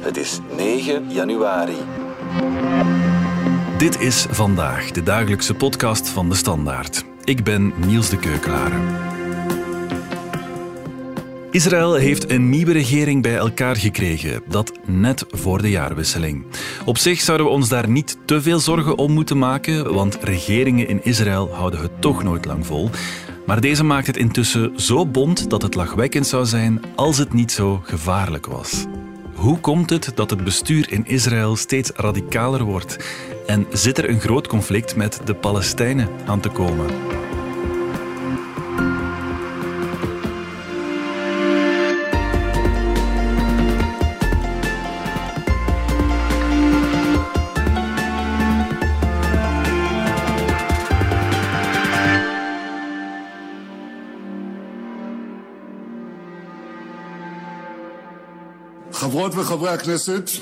Het is 9 januari. Dit is Vandaag, de dagelijkse podcast van De Standaard. Ik ben Niels de Keukelare. Israël heeft een nieuwe regering bij elkaar gekregen, dat net voor de jaarwisseling. Op zich zouden we ons daar niet te veel zorgen om moeten maken, want regeringen in Israël houden het toch nooit lang vol. Maar deze maakt het intussen zo bont dat het lachwekkend zou zijn als het niet zo gevaarlijk was. Hoe komt het dat het bestuur in Israël steeds radicaler wordt? En zit er een groot conflict met de Palestijnen aan te komen? חברות וחברי הכנסת,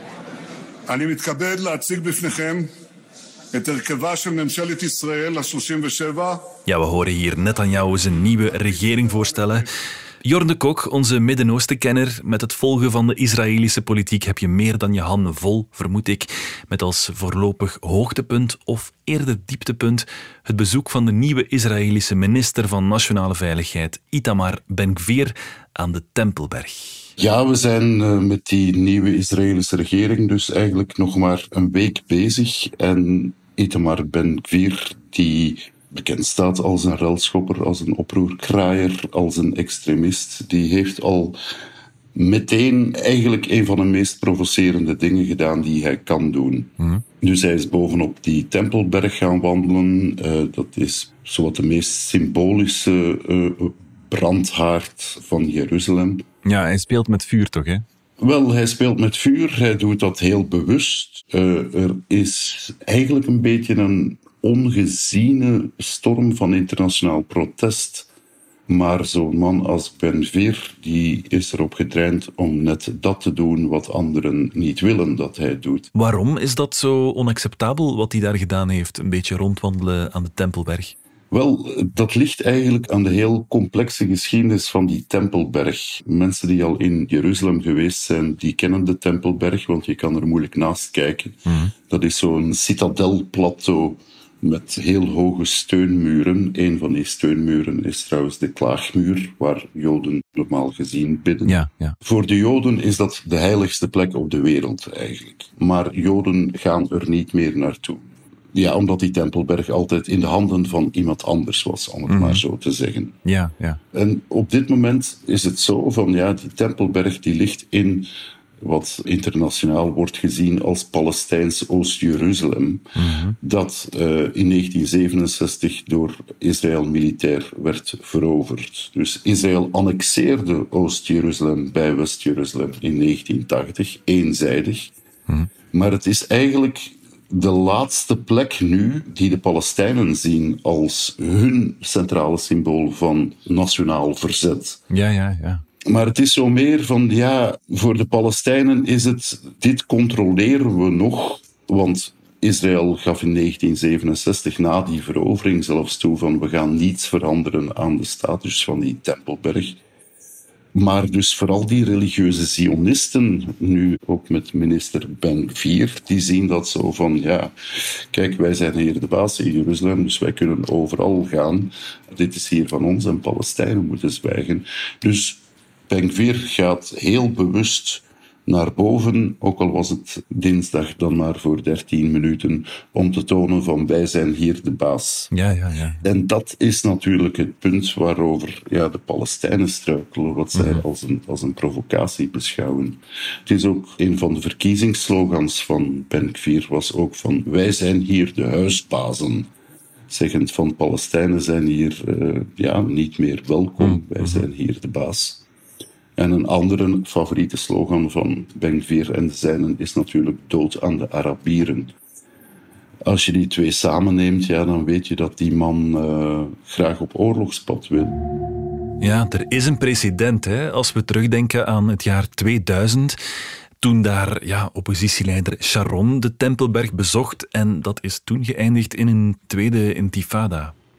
אני מתכבד להציג בפניכם את הרכבה של ממשלת ישראל ה-37. Ja, we horen hier Netanyahu zijn nieuwe regering voorstellen. Jorn de Kok, onze Midden-Oosten-kenner. Met het volgen van de Israëlische politiek heb je meer dan je handen vol, vermoed ik. Met als voorlopig hoogtepunt, of eerder dieptepunt, het bezoek van de nieuwe Israëlische minister van Nationale Veiligheid, Itamar Ben-Gvir, aan de Tempelberg. Ja, we zijn met die nieuwe Israëlische regering dus eigenlijk nog maar een week bezig. En Itamar Ben-Gvir, die bekend staat als een relschopper, als een oproerkraaier, als een extremist, die heeft al meteen eigenlijk een van de meest provocerende dingen gedaan die hij kan doen. Dus hij is bovenop die Tempelberg gaan wandelen. Dat is zowat de meest symbolische brandhaard van Jeruzalem. Ja, hij speelt met vuur toch, hè? Wel, hij speelt met vuur. Hij doet dat heel bewust. Er is eigenlijk een beetje een ongeziene storm van internationaal protest. Maar zo'n man als Ben-Gvir, die is erop getraind om net dat te doen wat anderen niet willen dat hij doet. Waarom is dat zo onacceptabel wat hij daar gedaan heeft? Een beetje rondwandelen aan de Tempelberg. Wel, dat ligt eigenlijk aan de heel complexe geschiedenis van die Tempelberg. Mensen die al in Jeruzalem geweest zijn, die kennen de Tempelberg, want je kan er moeilijk naast kijken. Dat is zo'n citadelplateau met heel hoge steunmuren. Een van die steunmuren is trouwens de klaagmuur, waar Joden normaal gezien bidden. Ja. Voor de Joden is dat de heiligste plek op de wereld eigenlijk. Maar Joden gaan er niet meer naartoe. Ja, omdat die Tempelberg altijd in de handen van iemand anders was, om het maar zo te zeggen. Ja. En op dit moment is het zo van, ja, die Tempelberg die ligt in wat internationaal wordt gezien als Palestijns Oost-Jeruzalem, dat in 1967 door Israël militair werd veroverd. Dus Israël annexeerde Oost-Jeruzalem bij West-Jeruzalem in 1980, eenzijdig. Maar het is eigenlijk de laatste plek nu die de Palestijnen zien als hun centrale symbool van nationaal verzet. Ja. Maar het is zo meer van, ja, voor de Palestijnen is het, dit controleren we nog, want Israël gaf in 1967 na die verovering zelfs toe van, we gaan niets veranderen aan de status van die Tempelberg. Maar dus vooral die religieuze Zionisten, nu ook met minister Ben-Gvir, die zien dat zo van, ja, kijk, wij zijn hier de baas in Jeruzalem, dus wij kunnen overal gaan. Dit is hier van ons en Palestijnen moeten zwijgen. Dus Ben-Gvir gaat heel bewust naar boven, ook al was het dinsdag dan maar voor 13 minuten, om te tonen van wij zijn hier de baas. Ja. En dat is natuurlijk het punt waarover de Palestijnen struikelen, wat zij als een provocatie beschouwen. Het is ook een van de verkiezingsslogans van Ben-Gvir, was ook van wij zijn hier de huisbazen. Zeggend van Palestijnen zijn hier niet meer welkom, wij zijn hier de baas. En een andere favoriete slogan van Ben-Gvir en de zijnen is natuurlijk dood aan de Arabieren. Als je die twee samenneemt, dan weet je dat die man graag op oorlogspad wil. Ja, er is een precedent, hè, als we terugdenken aan het jaar 2000... toen daar oppositieleider Sharon de Tempelberg bezocht en dat is toen geëindigd in een tweede intifada.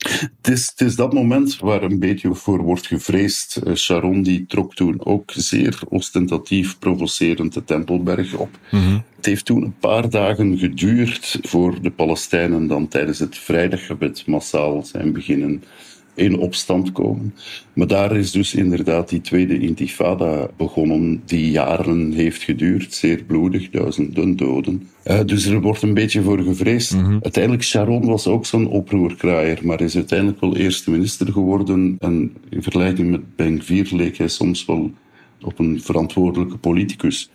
Het is dat moment waar een beetje voor wordt gevreesd. Sharon die trok toen ook zeer ostentatief provocerend de Tempelberg op. Het heeft toen een paar dagen geduurd voor de Palestijnen dan tijdens het vrijdaggebed massaal zijn beginnen in opstand komen. Maar daar is dus inderdaad die tweede intifada begonnen, die jaren heeft geduurd, zeer bloedig, duizenden doden. Dus er wordt een beetje voor gevreesd. Uiteindelijk, Sharon was ook zo'n oproerkraaier, maar is uiteindelijk wel eerste minister geworden. En in vergelijking met Ben-Gvir leek hij soms wel op een verantwoordelijke politicus.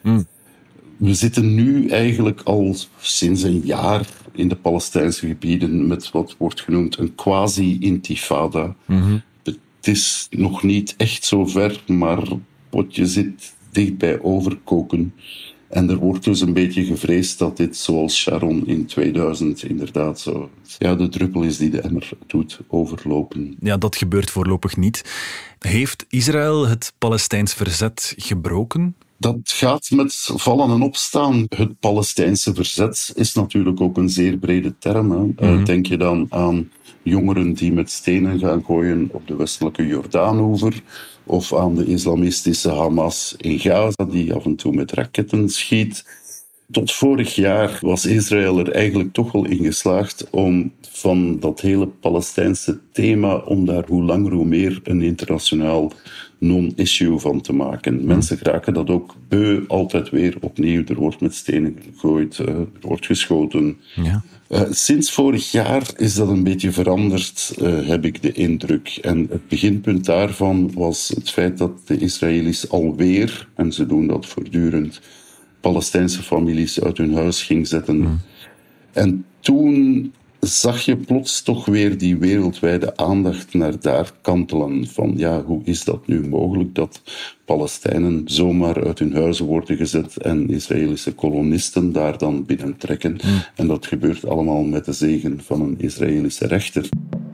We zitten nu eigenlijk al sinds een jaar in de Palestijnse gebieden met wat wordt genoemd een quasi-intifada. Het is nog niet echt zo ver, maar je zit dicht bij overkoken. En er wordt dus een beetje gevreesd dat dit, zoals Sharon in 2000, inderdaad zo, de druppel is die de emmer doet overlopen. Ja, dat gebeurt voorlopig niet. Heeft Israël het Palestijns verzet gebroken? Dat gaat met vallen en opstaan. Het Palestijnse verzet is natuurlijk ook een zeer brede term. Denk je dan aan jongeren die met stenen gaan gooien op de westelijke Jordaanoever, of aan de islamistische Hamas in Gaza, die af en toe met raketten schiet. Tot vorig jaar was Israël er eigenlijk toch wel in geslaagd om van dat hele Palestijnse thema, om daar hoe langer hoe meer een internationaal non-issue van te maken. Mensen raken dat ook beu, altijd weer opnieuw. Er wordt met stenen gegooid, er wordt geschoten. Ja. Sinds vorig jaar is dat een beetje veranderd, heb ik de indruk. En het beginpunt daarvan was het feit dat de Israëli's alweer, en ze doen dat voortdurend, Palestijnse families uit hun huis ging zetten. En toen zag je plots toch weer die wereldwijde aandacht naar daar kantelen. Van hoe is dat nu mogelijk dat Palestijnen zomaar uit hun huizen worden gezet en Israëlische kolonisten daar dan binnentrekken. En dat gebeurt allemaal met de zegen van een Israëlische rechter.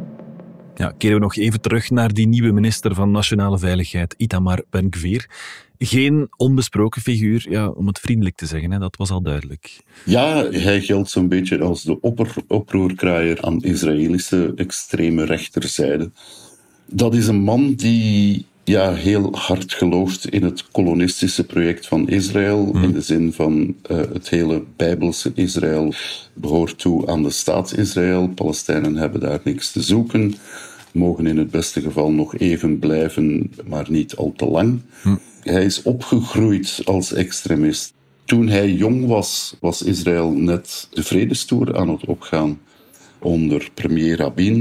Ja, keren we nog even terug naar die nieuwe minister van Nationale Veiligheid, Itamar Ben-Gvir. Geen onbesproken figuur, om het vriendelijk te zeggen, dat was al duidelijk. Ja, hij geldt zo'n beetje als de oproerkraaier aan de Israëlische extreme rechterzijde. Dat is een man die heel hard gelooft in het kolonistische project van Israël, in de zin van het hele Bijbelse Israël behoort toe aan de staat Israël. Palestijnen hebben daar niks te zoeken, mogen in het beste geval nog even blijven, maar niet al te lang. Hij is opgegroeid als extremist. Toen hij jong was, was Israël net de vredestoer aan het opgaan. Onder premier Rabin,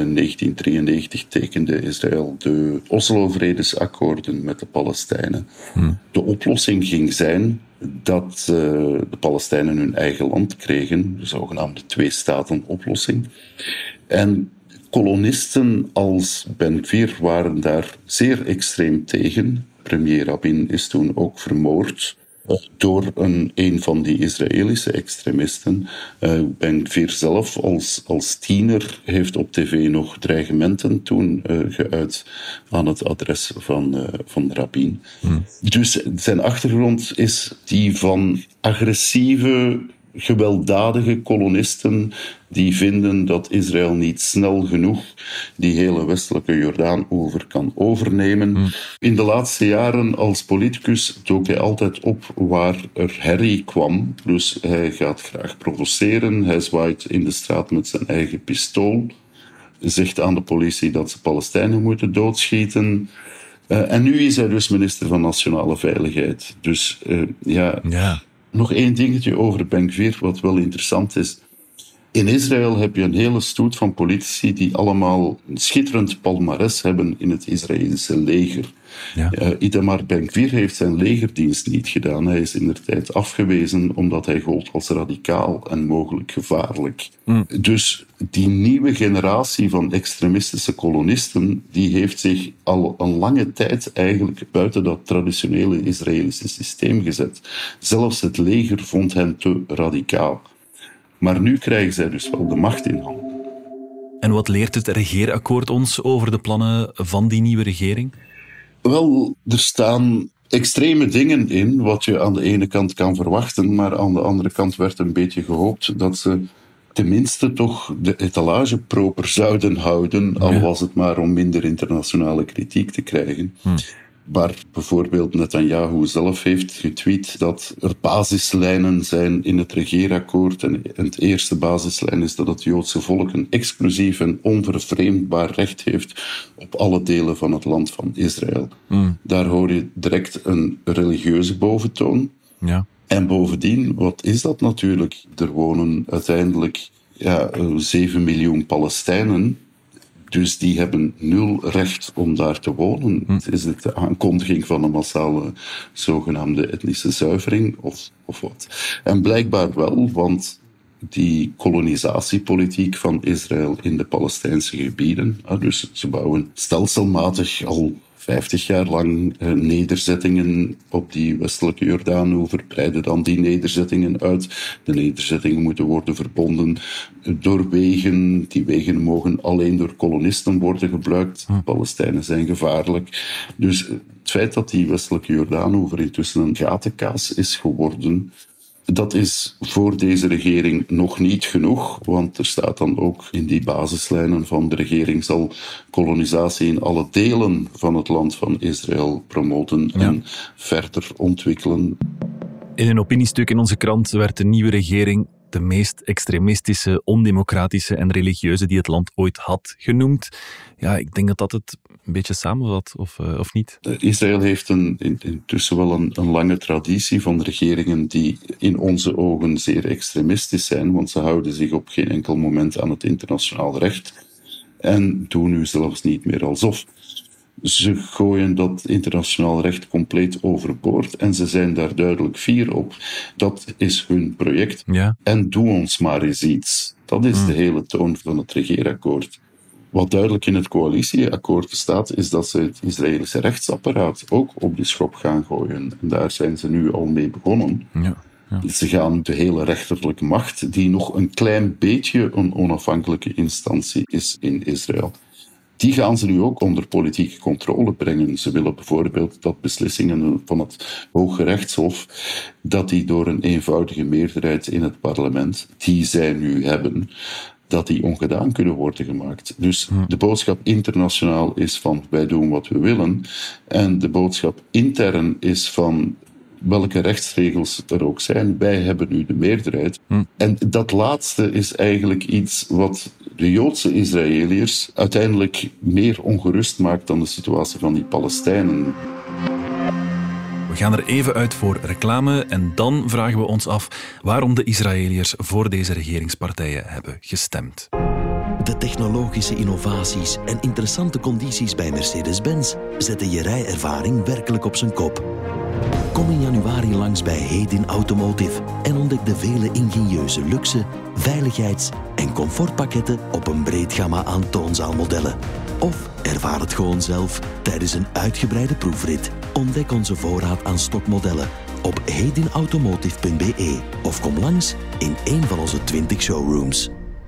1993, tekende Israël de Oslo-vredesakkoorden met de Palestijnen. De oplossing ging zijn dat de Palestijnen hun eigen land kregen, de zogenaamde twee-staten-oplossing. En kolonisten als Ben-Gvir waren daar zeer extreem tegen. Premier Rabin is toen ook vermoord door een van die Israëlische extremisten. Ben-Gvir zelf als tiener heeft op tv nog dreigementen toen geuit aan het adres van Rabin. Dus zijn achtergrond is die van agressieve, gewelddadige kolonisten die vinden dat Israël niet snel genoeg die hele westelijke Jordaanoever kan overnemen. In de laatste jaren als politicus dook hij altijd op waar er herrie kwam. Dus hij gaat graag provoceren, hij zwaait in de straat met zijn eigen pistool, zegt aan de politie dat ze Palestijnen moeten doodschieten. En nu is hij dus minister van Nationale Veiligheid. Dus nog één dingetje over Ben-Gvir, wat wel interessant is. In Israël heb je een hele stoet van politici die allemaal een schitterend palmares hebben in het Israëlische leger. Itamar Ben-Gvir heeft zijn legerdienst niet gedaan. Hij is indertijd afgewezen omdat hij gold als radicaal en mogelijk gevaarlijk. Dus die nieuwe generatie van extremistische kolonisten die heeft zich al een lange tijd eigenlijk buiten dat traditionele Israëlische systeem gezet. Zelfs het leger vond hen te radicaal. Maar nu krijgen zij dus wel de macht in handen. En wat leert het regeerakkoord ons over de plannen van die nieuwe regering? Wel, er staan extreme dingen in, wat je aan de ene kant kan verwachten, maar aan de andere kant werd een beetje gehoopt dat ze tenminste toch de etalage proper zouden houden, al was het maar om minder internationale kritiek te krijgen. Waar bijvoorbeeld Netanyahu zelf heeft getweet dat er basislijnen zijn in het regeerakkoord. En het eerste basislijn is dat het Joodse volk een exclusief en onvervreemdbaar recht heeft op alle delen van het land van Israël. Daar hoor je direct een religieuze boventoon. Ja. En bovendien, wat is dat natuurlijk? Er wonen uiteindelijk 7 miljoen Palestijnen. Dus die hebben 0 recht om daar te wonen. Is het de aankondiging van een massale zogenaamde etnische zuivering of wat? En blijkbaar wel, want die kolonisatiepolitiek van Israël in de Palestijnse gebieden, dus ze bouwen stelselmatig al 50 jaar lang nederzettingen op die westelijke Jordaanoever, breiden dan die nederzettingen uit. De nederzettingen moeten worden verbonden door wegen. Die wegen mogen alleen door kolonisten worden gebruikt. Palestijnen zijn gevaarlijk. Dus het feit dat die westelijke Jordaanoever intussen een gatenkaas is geworden, dat is voor deze regering nog niet genoeg, want er staat dan ook in die basislijnen van de regering zal kolonisatie in alle delen van het land van Israël promoten en verder ontwikkelen. In een opiniestuk in onze krant werd de nieuwe regering de meest extremistische, ondemocratische en religieuze die het land ooit had genoemd. Ja, ik denk dat dat het een beetje samenvat, of niet? Israël heeft intussen wel een lange traditie van regeringen die in onze ogen zeer extremistisch zijn, want ze houden zich op geen enkel moment aan het internationaal recht en doen nu zelfs niet meer alsof. Ze gooien dat internationaal recht compleet overboord en ze zijn daar duidelijk fier op. Dat is hun project. Ja. En doe ons maar eens iets. Dat is de hele toon van het regeerakkoord. Wat duidelijk in het coalitieakkoord staat, is dat ze het Israëlische rechtsapparaat ook op de schop gaan gooien. En daar zijn ze nu al mee begonnen. Ja. Ze gaan de hele rechterlijke macht, die nog een klein beetje een onafhankelijke instantie is in Israël, die gaan ze nu ook onder politieke controle brengen. Ze willen bijvoorbeeld dat beslissingen van het Hoge Rechtshof, dat die door een eenvoudige meerderheid in het parlement, die zij nu hebben, dat die ongedaan kunnen worden gemaakt. Dus de boodschap internationaal is van wij doen wat we willen. En de boodschap intern is van welke rechtsregels er ook zijn, wij hebben nu de meerderheid. En dat laatste is eigenlijk iets wat de Joodse Israëliërs uiteindelijk meer ongerust maakt dan de situatie van die Palestijnen. We gaan er even uit voor reclame en dan vragen we ons af waarom de Israëliërs voor deze regeringspartijen hebben gestemd. De technologische innovaties en interessante condities bij Mercedes-Benz zetten je rijervaring werkelijk op zijn kop. Kom in januari langs bij Hedin Automotive en ontdek de vele ingenieuze luxe, veiligheids- en comfortpakketten op een breed gamma aan toonzaalmodellen. Of ervaar het gewoon zelf tijdens een uitgebreide proefrit. Ontdek onze voorraad aan stokmodellen op hedinautomotive.be of kom langs in een van onze 20 showrooms.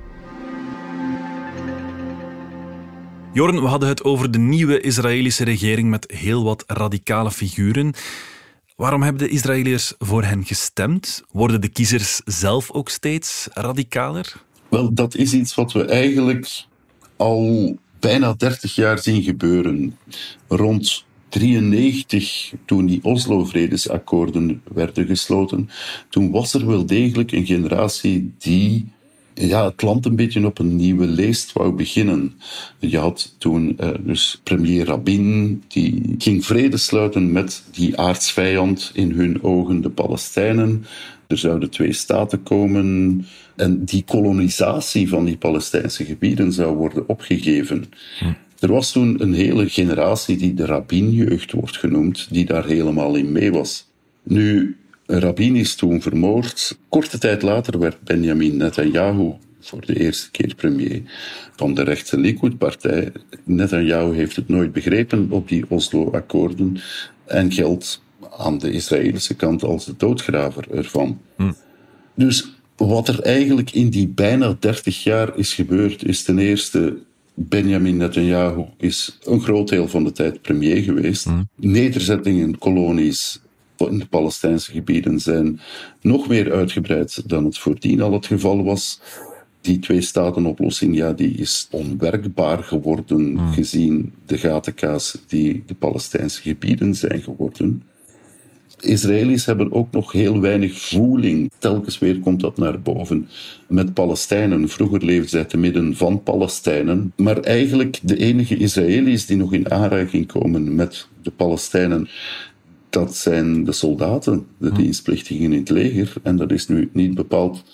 Jorn, we hadden het over de nieuwe Israëlische regering met heel wat radicale figuren. Waarom hebben de Israëliërs voor hen gestemd? Worden de kiezers zelf ook steeds radicaler? Wel, dat is iets wat we eigenlijk al bijna 30 jaar zien gebeuren. Rond 1993, toen die Oslo-vredesakkoorden werden gesloten, toen was er wel degelijk een generatie die het land een beetje op een nieuwe leest wou beginnen. Je had toen dus premier Rabin, die ging vrede sluiten met die aardsvijand in hun ogen, de Palestijnen. Er zouden 2 staten komen en die kolonisatie van die Palestijnse gebieden zou worden opgegeven. Er was toen een hele generatie die de Rabin-jeugd wordt genoemd, die daar helemaal in mee was. Nu, Rabin is toen vermoord. Korte tijd later werd Benjamin Netanyahu voor de eerste keer premier van de rechtse Likud-partij. Netanyahu heeft het nooit begrepen op die Oslo-akkoorden en geldt aan de Israëlische kant als de doodgraver ervan. Dus wat er eigenlijk in die bijna 30 jaar is gebeurd, is ten eerste Benjamin Netanyahu is een groot deel van de tijd premier geweest. Nederzettingen, kolonies in de Palestijnse gebieden zijn nog meer uitgebreid dan het voordien al het geval was. Die twee-staten-oplossing, ja, die is onwerkbaar geworden gezien de gatenkaas die de Palestijnse gebieden zijn geworden. Israëli's hebben ook nog heel weinig voeling. Telkens weer komt dat naar boven met Palestijnen. Vroeger leefden zij te midden van Palestijnen. Maar eigenlijk de enige Israëli's die nog in aanraking komen met de Palestijnen, dat zijn de soldaten, de dienstplichtigen in het leger. En dat is nu niet bepaald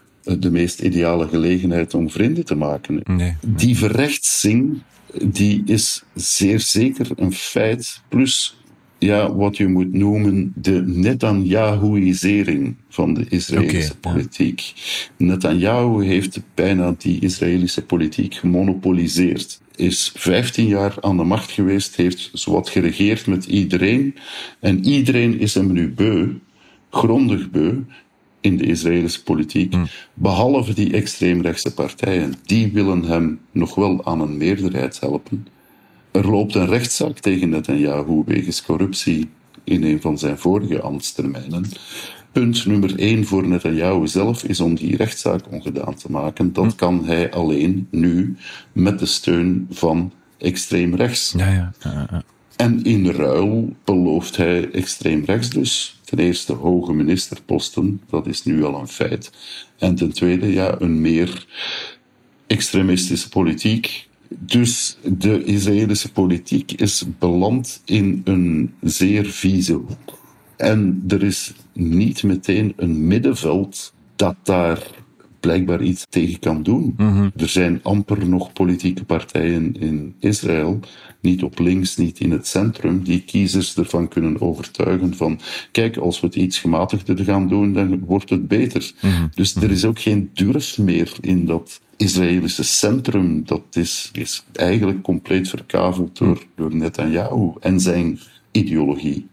de meest ideale gelegenheid om vrienden te maken. Nee. Die verrechtsing, die is zeer zeker een feit. Plus, ja, wat je moet noemen de Netanyahuïsering van de Israëlische politiek. Netanyahu heeft bijna die Israëlische politiek gemonopoliseerd. Is 15 jaar aan de macht geweest, heeft zowat geregeerd met iedereen. En iedereen is hem nu beu, grondig beu, in de Israëlische politiek, behalve die extreemrechtse partijen. Die willen hem nog wel aan een meerderheid helpen. Er loopt een rechtszaak tegen Netanyahu wegens corruptie in een van zijn vorige ambtstermijnen. Punt nummer 1 voor Netanyahu zelf is om die rechtszaak ongedaan te maken. Dat kan hij alleen nu met de steun van extreem rechts. Ja. En in ruil belooft hij extreem rechts dus. Ten eerste hoge ministerposten, dat is nu al een feit. En ten tweede, ja, een meer extremistische politiek. Dus de Israëlische politiek is beland in een zeer vieze hoek. En er is niet meteen een middenveld dat daar blijkbaar iets tegen kan doen. Er zijn amper nog politieke partijen in Israël, niet op links, niet in het centrum, die kiezers ervan kunnen overtuigen van, kijk, als we het iets gematigder gaan doen, dan wordt het beter. Dus er is ook geen durf meer in dat Israëlische centrum. Dat is eigenlijk compleet verkaveld door Netanyahu en zijn ideologie.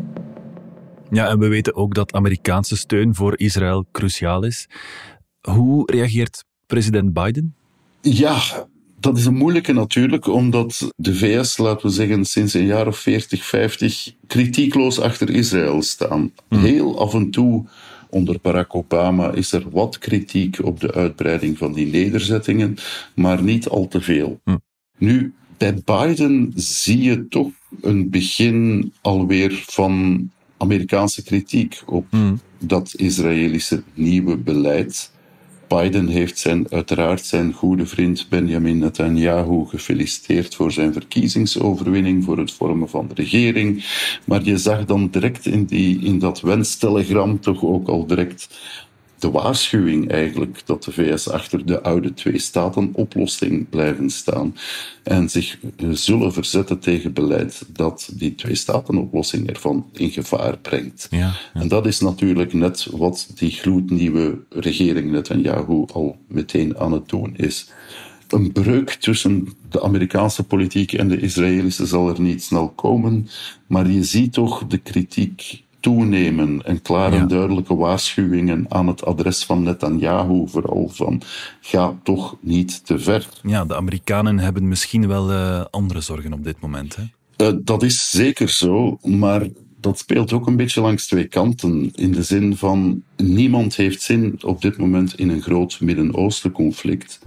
Ja, en we weten ook dat Amerikaanse steun voor Israël cruciaal is. Hoe reageert president Biden? Ja, dat is een moeilijke natuurlijk, omdat de VS, laten we zeggen, sinds een jaar of 40, 50 kritiekloos achter Israël staan. Heel af en toe, onder Barack Obama, is er wat kritiek op de uitbreiding van die nederzettingen, maar niet al te veel. Nu, bij Biden zie je toch een begin alweer van Amerikaanse kritiek op dat Israëlische nieuwe beleid. Biden heeft uiteraard zijn goede vriend Benjamin Netanyahu gefeliciteerd voor zijn verkiezingsoverwinning, voor het vormen van de regering. Maar je zag dan direct in dat wenstelegram toch ook al direct de waarschuwing eigenlijk dat de VS achter de oude twee-staten-oplossing blijven staan en zich zullen verzetten tegen beleid dat die twee-staten-oplossing ervan in gevaar brengt. Ja. En dat is natuurlijk net wat die gloednieuwe regering Netanyahu al meteen aan het doen is. Een breuk tussen de Amerikaanse politiek en de Israëlische zal er niet snel komen, maar je ziet toch de kritiek toenemen en klare en duidelijke waarschuwingen aan het adres van Netanyahu, vooral van ga toch niet te ver. Ja, de Amerikanen hebben misschien wel andere zorgen op dit moment, hè? Dat is zeker zo, maar dat speelt ook een beetje langs twee kanten. In de zin van, niemand heeft zin op dit moment in een groot Midden-Oosten conflict.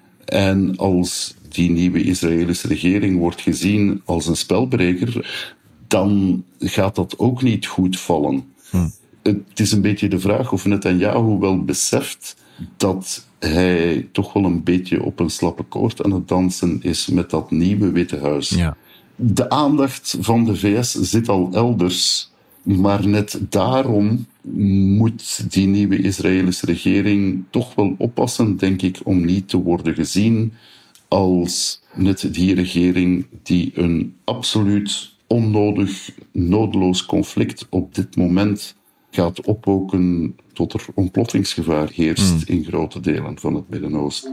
En als die nieuwe Israëlische regering wordt gezien als een spelbreker, dan gaat dat ook niet goed vallen. Het is een beetje de vraag of Netanyahu wel beseft dat hij toch wel een beetje op een slappe koord aan het dansen is met dat nieuwe Witte Huis. Ja. De aandacht van de VS zit al elders, maar net daarom moet die nieuwe Israëlische regering toch wel oppassen, denk ik, om niet te worden gezien als net die regering die een absoluut onnodig, noodloos conflict op dit moment gaat oppoken tot er ontploffingsgevaar heerst in grote delen van het Midden-Oosten.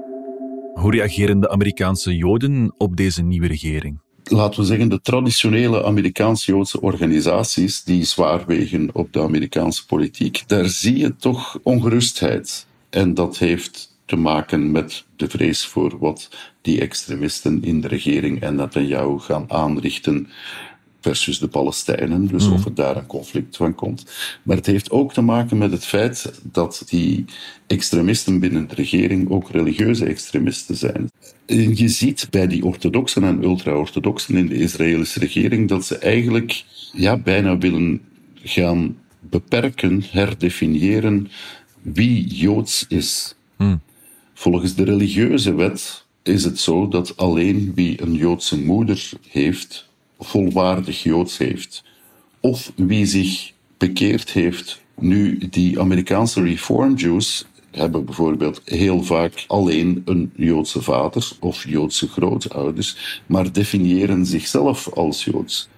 Hoe reageren de Amerikaanse Joden op deze nieuwe regering? Laten we zeggen, de traditionele Amerikaans-Joodse organisaties die zwaar wegen op de Amerikaanse politiek, daar zie je toch ongerustheid. En dat heeft te maken met de vrees voor wat die extremisten in de regering en Netanyahu gaan aanrichten. versus de Palestijnen, dus of er daar een conflict van komt. Maar het heeft ook te maken met het feit dat die extremisten binnen de regering ook religieuze extremisten zijn. En je ziet bij die orthodoxen en ultra-orthodoxen in de Israëlische regering dat ze eigenlijk bijna willen gaan beperken, herdefiniëren wie Joods is. Volgens de religieuze wet is het zo dat alleen wie een Joodse moeder heeft, volwaardig Joods heeft. Of wie zich bekeerd heeft. Nu, die Amerikaanse Reform Jews hebben bijvoorbeeld heel vaak alleen een Joodse vader of Joodse grootouders, maar definiëren zichzelf als Joods.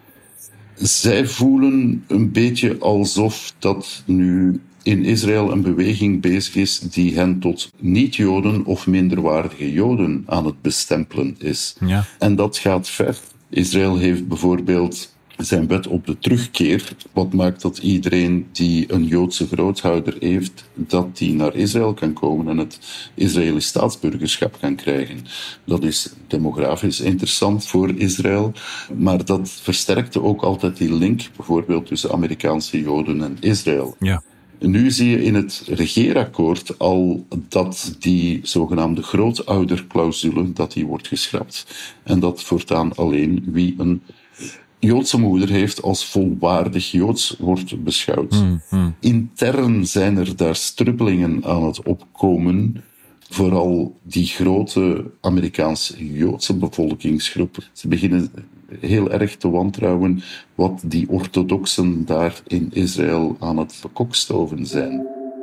Zij voelen een beetje alsof dat nu in Israël een beweging bezig is die hen tot niet-Joden of minderwaardige Joden aan het bestempelen is. Ja. En dat gaat ver. Israël heeft bijvoorbeeld zijn wet op de terugkeer, wat maakt dat iedereen die een Joodse grootouder heeft, dat die naar Israël kan komen en het Israëlisch staatsburgerschap kan krijgen. Dat is demografisch interessant voor Israël, maar dat versterkte ook altijd die link, bijvoorbeeld tussen Amerikaanse Joden en Israël. Ja. Nu zie je in het regeerakkoord al dat die zogenaamde grootouderclausule, dat die wordt geschrapt. En dat voortaan alleen wie een Joodse moeder heeft als volwaardig Joods wordt beschouwd. Intern zijn er daar strubbelingen aan het opkomen. Vooral die grote Amerikaanse Joodse bevolkingsgroep. Ze beginnen heel erg te wantrouwen wat die orthodoxen daar in Israël aan het bekokstoven zijn.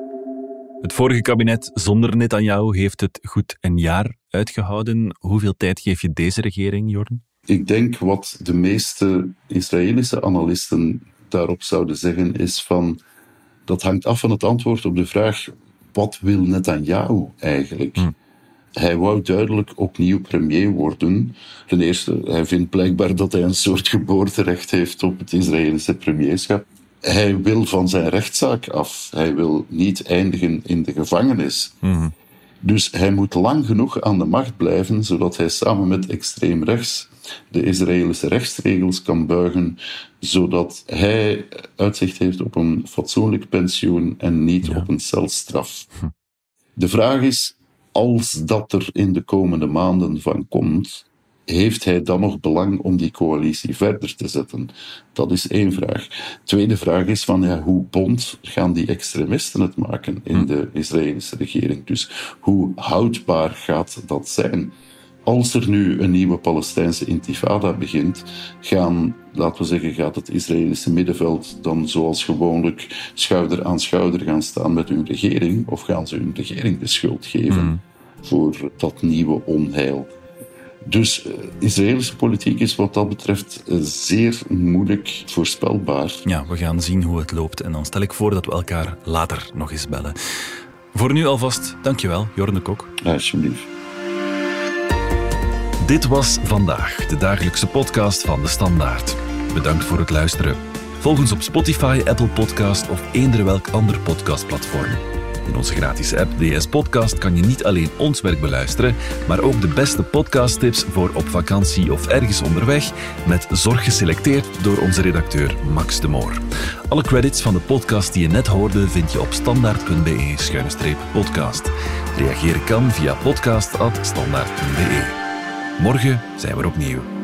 Het vorige kabinet zonder Netanyahu heeft het goed een jaar uitgehouden. Hoeveel tijd geef je deze regering, Jorn? Ik denk wat de meeste Israëlische analisten daarop zouden zeggen is van, dat hangt af van het antwoord op de vraag, wat wil Netanyahu eigenlijk? Hij wou duidelijk opnieuw premier worden. Ten eerste, hij vindt blijkbaar dat hij een soort geboorterecht heeft op het Israëlische premierschap. Hij wil van zijn rechtszaak af. Hij wil niet eindigen in de gevangenis. Dus hij moet lang genoeg aan de macht blijven, zodat hij samen met extreem rechts de Israëlische rechtsregels kan buigen, zodat hij uitzicht heeft op een fatsoenlijk pensioen en niet op een celstraf. De vraag is, als dat er in de komende maanden van komt, heeft hij dan nog belang om die coalitie verder te zetten? Dat is één vraag. Tweede vraag is van, hoe bond gaan die extremisten het maken in de Israëlische regering? Dus hoe houdbaar gaat dat zijn? Als er nu een nieuwe Palestijnse intifada begint, gaat het Israëlische middenveld dan zoals gewoonlijk schouder aan schouder gaan staan met hun regering, of gaan ze hun regering de schuld geven voor dat nieuwe onheil? Dus Israëlische politiek is wat dat betreft zeer moeilijk voorspelbaar. Ja, we gaan zien hoe het loopt en dan stel ik voor dat we elkaar later nog eens bellen. Voor nu alvast, dankjewel, Jorn de Kok. Alsjeblieft. Dit was Vandaag, de dagelijkse podcast van De Standaard. Bedankt voor het luisteren. Volg ons op Spotify, Apple Podcast of eender welk ander podcastplatform. In onze gratis app DS Podcast kan je niet alleen ons werk beluisteren, maar ook de beste podcasttips voor op vakantie of ergens onderweg, met zorg geselecteerd door onze redacteur Max de Moor. Alle credits van de podcast die je net hoorde vind je op standaard.be/podcast. Reageren kan via podcast@standaard.be. Morgen zijn we er opnieuw.